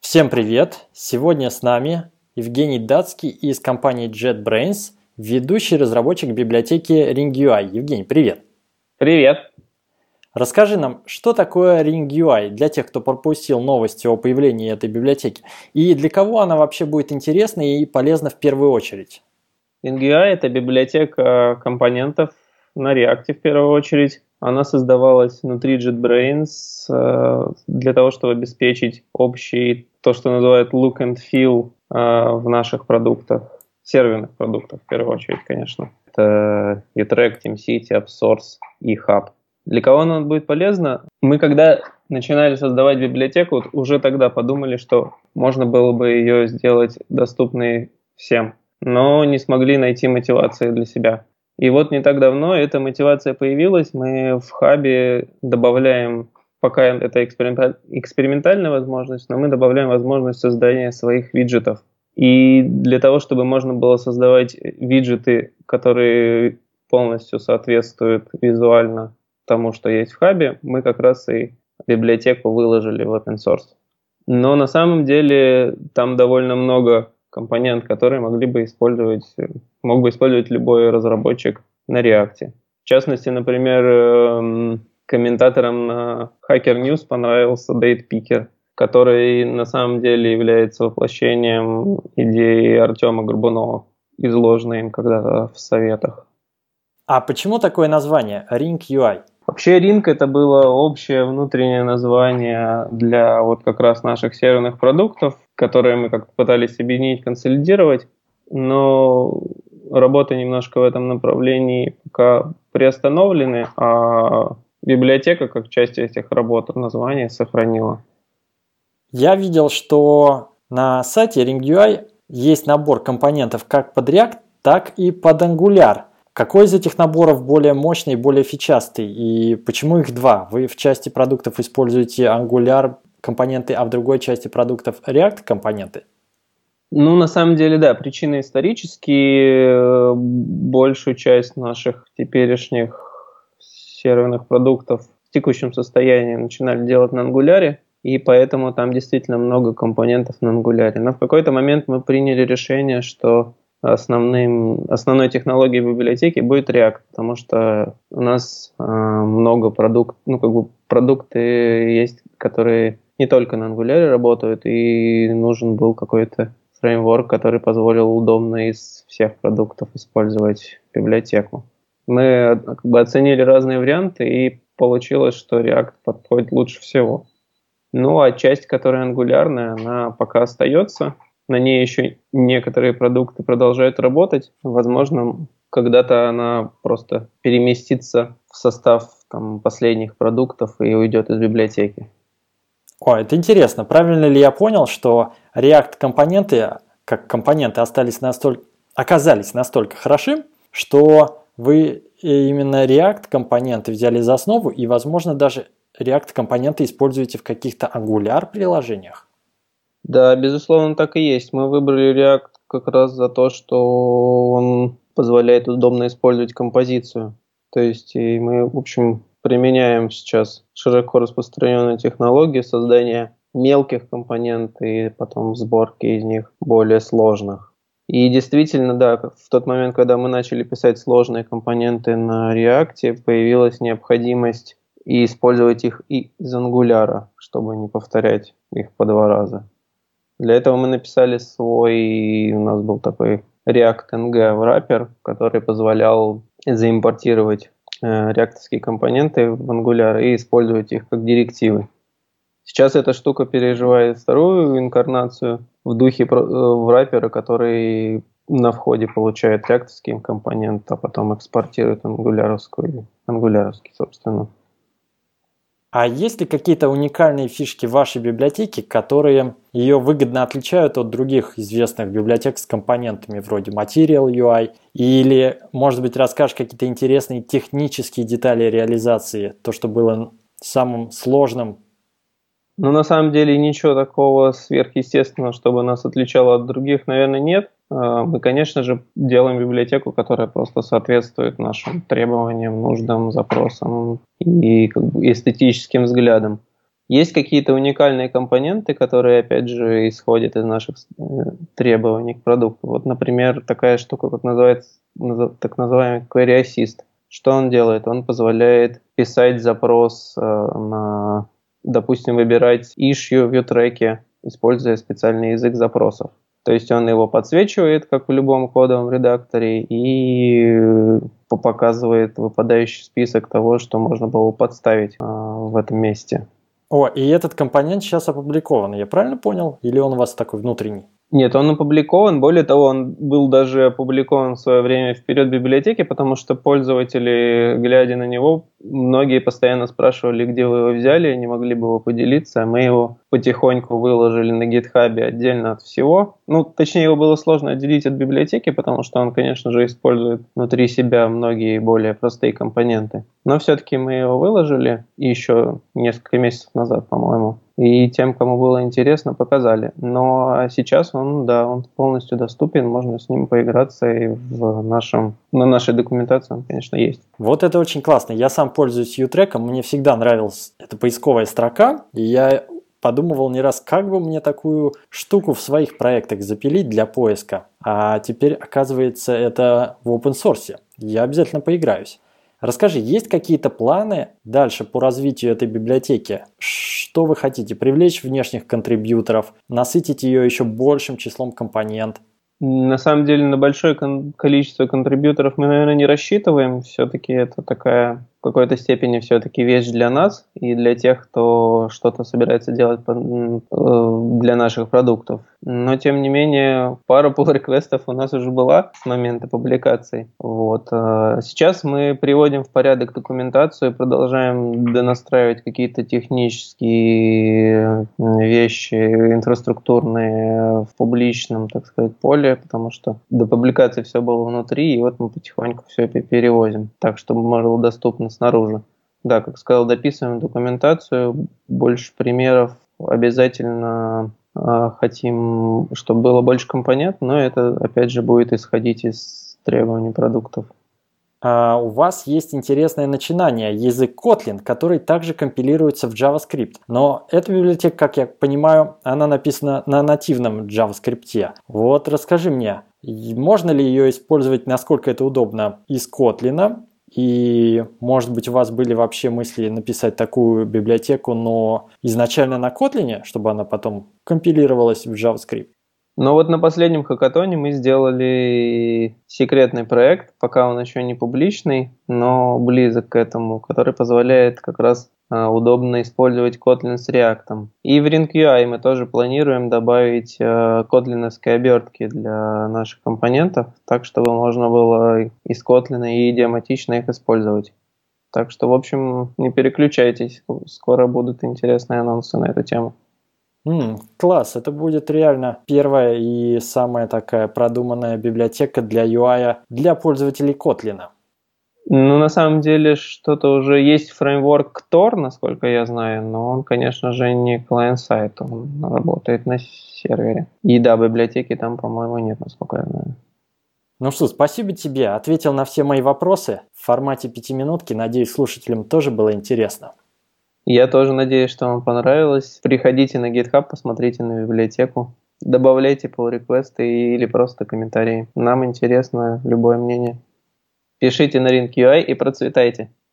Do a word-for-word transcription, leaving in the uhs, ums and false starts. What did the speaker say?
Всем привет! Сегодня с нами Евгений Датский из компании JetBrains, ведущий разработчик библиотеки RingUI. Евгений, привет! Привет! Расскажи нам, что такое RingUI для тех, кто пропустил новости о появлении этой библиотеки, и для кого она вообще будет интересна и полезна в первую очередь? RingUI — это библиотека компонентов на React в первую очередь. Она создавалась внутри JetBrains э, для того, чтобы обеспечить общий, то, что называют look and feel э, в наших продуктах, серверных продуктах в первую очередь, конечно. Это Utrecht, TeamCity, AppSource и Hub. Для кого она будет полезна? Мы когда начинали создавать библиотеку, уже тогда подумали, что можно было бы ее сделать доступной всем, но не смогли найти мотивации для себя. И вот не так давно эта мотивация появилась. Мы в хабе добавляем, пока это экспериментальная возможность, но мы добавляем возможность создания своих виджетов. И для того, чтобы можно было создавать виджеты, которые полностью соответствуют визуально тому, что есть в хабе, мы как раз и библиотеку выложили в open source. Но на самом деле там довольно много компонент, которые могли бы использовать, мог бы использовать любой разработчик на React. В частности, например, комментаторам на Hacker News понравился DatePicker, который на самом деле является воплощением идеи Артема Горбунова, изложенной им когда-то в советах. А почему такое название RingUI? Вообще Ring — это было общее внутреннее название для вот как раз наших серверных продуктов, которые мы как-то пытались объединить, консолидировать, но работа немножко в этом направлении пока приостановлены, а библиотека как часть этих работ название сохранила. Я видел, что на сайте RingUI есть набор компонентов как под React, так и под Angular. Какой из этих наборов более мощный и более фичастый? И почему их два? Вы в части продуктов используете Angular компоненты, а в другой части продуктов React компоненты? Ну, на самом деле, да, причины исторические. Большую часть наших теперешних серверных продуктов в текущем состоянии начинали делать на Angular, и поэтому там действительно много компонентов на Angular. Но в какой-то момент мы приняли решение, что Основным, основной технологией библиотеки будет React, потому что у нас э, много продуктов, ну как бы продукты есть, которые не только на Angular работают, и нужен был какой-то фреймворк, который позволил удобно из всех продуктов использовать библиотеку. Мы как бы оценили разные варианты, и получилось, что React подходит лучше всего. Ну а часть, которая ангулярная, она пока остается. На ней еще некоторые продукты продолжают работать. Возможно, когда-то она просто переместится в состав там, последних продуктов и уйдет из библиотеки. О, это интересно. Правильно ли я понял, что React-компоненты, как компоненты, остались настолько, оказались настолько хороши, что вы именно React-компоненты взяли за основу и, возможно, даже React-компоненты используете в каких-то Angular-приложениях? Да, безусловно, так и есть. Мы выбрали React как раз за то, что он позволяет удобно использовать композицию. То есть и мы, в общем, применяем сейчас широко распространенную технологию создания мелких компонентов и потом сборки из них более сложных. И действительно, да, в тот момент, когда мы начали писать сложные компоненты на React, появилась необходимость и использовать их и из Angular, чтобы не повторять их по два раза. Для этого мы написали свой, у нас был такой React-эн джи wrapper, который позволял заимпортировать э, реактовские компоненты в Angular и использовать их как директивы. Сейчас эта штука переживает вторую инкарнацию в духе э, wrapper, который на входе получает реактовский компонент, а потом экспортирует ангуляровскую, ангуляровский, собственно. А есть ли какие-то уникальные фишки вашей библиотеки, которые ее выгодно отличают от других известных библиотек с компонентами вроде Material ю ай? Или, может быть, расскажешь какие-то интересные технические детали реализации, то, что было самым сложным? Ну, на самом деле, ничего такого сверхъестественного, чтобы нас отличало от других, наверное, нет. Мы, конечно же, делаем библиотеку, которая просто соответствует нашим требованиям, нуждам, запросам и как бы эстетическим взглядам. Есть какие-то уникальные компоненты, которые, опять же, исходят из наших э, требований к продукту. Вот, например, такая штука, как называется, так называемый Query Assist. Что он делает? Он позволяет писать запрос э, на, допустим, выбирать issue в ViewTrack, используя специальный язык запросов. То есть он его подсвечивает, как в любом кодовом редакторе, и показывает выпадающий список того, что можно было подставить э, в этом месте. О, и этот компонент сейчас опубликован, я правильно понял? Или он у вас такой внутренний? Нет, он опубликован. Более того, он был даже опубликован в свое время вперед в библиотеке, потому что пользователи, глядя на него, многие постоянно спрашивали, где вы его взяли, не могли бы его поделиться. Мы его потихоньку выложили на GitHub отдельно от всего. Ну, точнее, его было сложно отделить от библиотеки, потому что он, конечно же, использует внутри себя многие более простые компоненты. Но все-таки мы его выложили еще несколько месяцев назад, по-моему. И тем, кому было интересно, показали. Но сейчас он, да, он полностью доступен, можно с ним поиграться, и в нашем, на нашей документации он, конечно, есть. Вот это очень классно. Я сам пользуюсь ViewTrack, мне всегда нравилась эта поисковая строка, и я подумывал не раз, как бы мне такую штуку в своих проектах запилить для поиска. А теперь, оказывается, это в open source. Я обязательно поиграюсь. Расскажи, есть какие-то планы дальше по развитию этой библиотеки? Что вы хотите? Привлечь внешних контрибьюторов, насытить ее еще большим числом компонент? На самом деле на большое кон- количество контрибьюторов мы, наверное, не рассчитываем. Все-таки это такая, в какой-то степени все-таки вещь для нас и для тех, кто что-то собирается делать по, э, для наших продуктов. Но, тем не менее, пара pull-реквестов у нас уже была с момента публикации. Вот. Сейчас мы приводим в порядок документацию, продолжаем донастраивать какие-то технические вещи, инфраструктурные в публичном, так сказать, поле, потому что до публикации все было внутри, и вот мы потихоньку все перевозим, так, чтобы было доступно снаружи. Да, как сказал, дописываем документацию, больше примеров обязательно. Хотим, чтобы было больше компонент, но это, опять же, будет исходить из требований продуктов. А у вас есть интересное начинание, язык Kotlin, который также компилируется в JavaScript. Но эта библиотека, как я понимаю, она написана на нативном JavaScript. Вот расскажи мне, можно ли ее использовать, насколько это удобно, из Kotlin? И, может быть, у вас были вообще мысли написать такую библиотеку, но изначально на Kotlin, чтобы она потом компилировалась в JavaScript? Ну вот на последнем хакатоне мы сделали секретный проект, пока он еще не публичный, но близок к этому, который позволяет как раз а, удобно использовать Kotlin с React. И в RingUI мы тоже планируем добавить а, котлиновские обертки для наших компонентов, так чтобы можно было из Kotlin и идиоматично их использовать. Так что, в общем, не переключайтесь, скоро будут интересные анонсы на эту тему. Mm, класс, это будет реально первая и самая такая продуманная библиотека для ю ай для пользователей Kotlin. Ну, на самом деле, что-то уже есть фреймворк Tor, насколько я знаю, но он, конечно же, не клиент-сайт, он работает на сервере. И да, библиотеки там, по-моему, нет, насколько я знаю. Ну что, спасибо тебе, ответил на все мои вопросы в формате пятиминутки, надеюсь, слушателям тоже было интересно. Я тоже надеюсь, что вам понравилось. Приходите на GitHub, посмотрите на библиотеку, добавляйте pull-реквесты или просто комментарии. Нам интересно любое мнение. Пишите на RingUI и процветайте.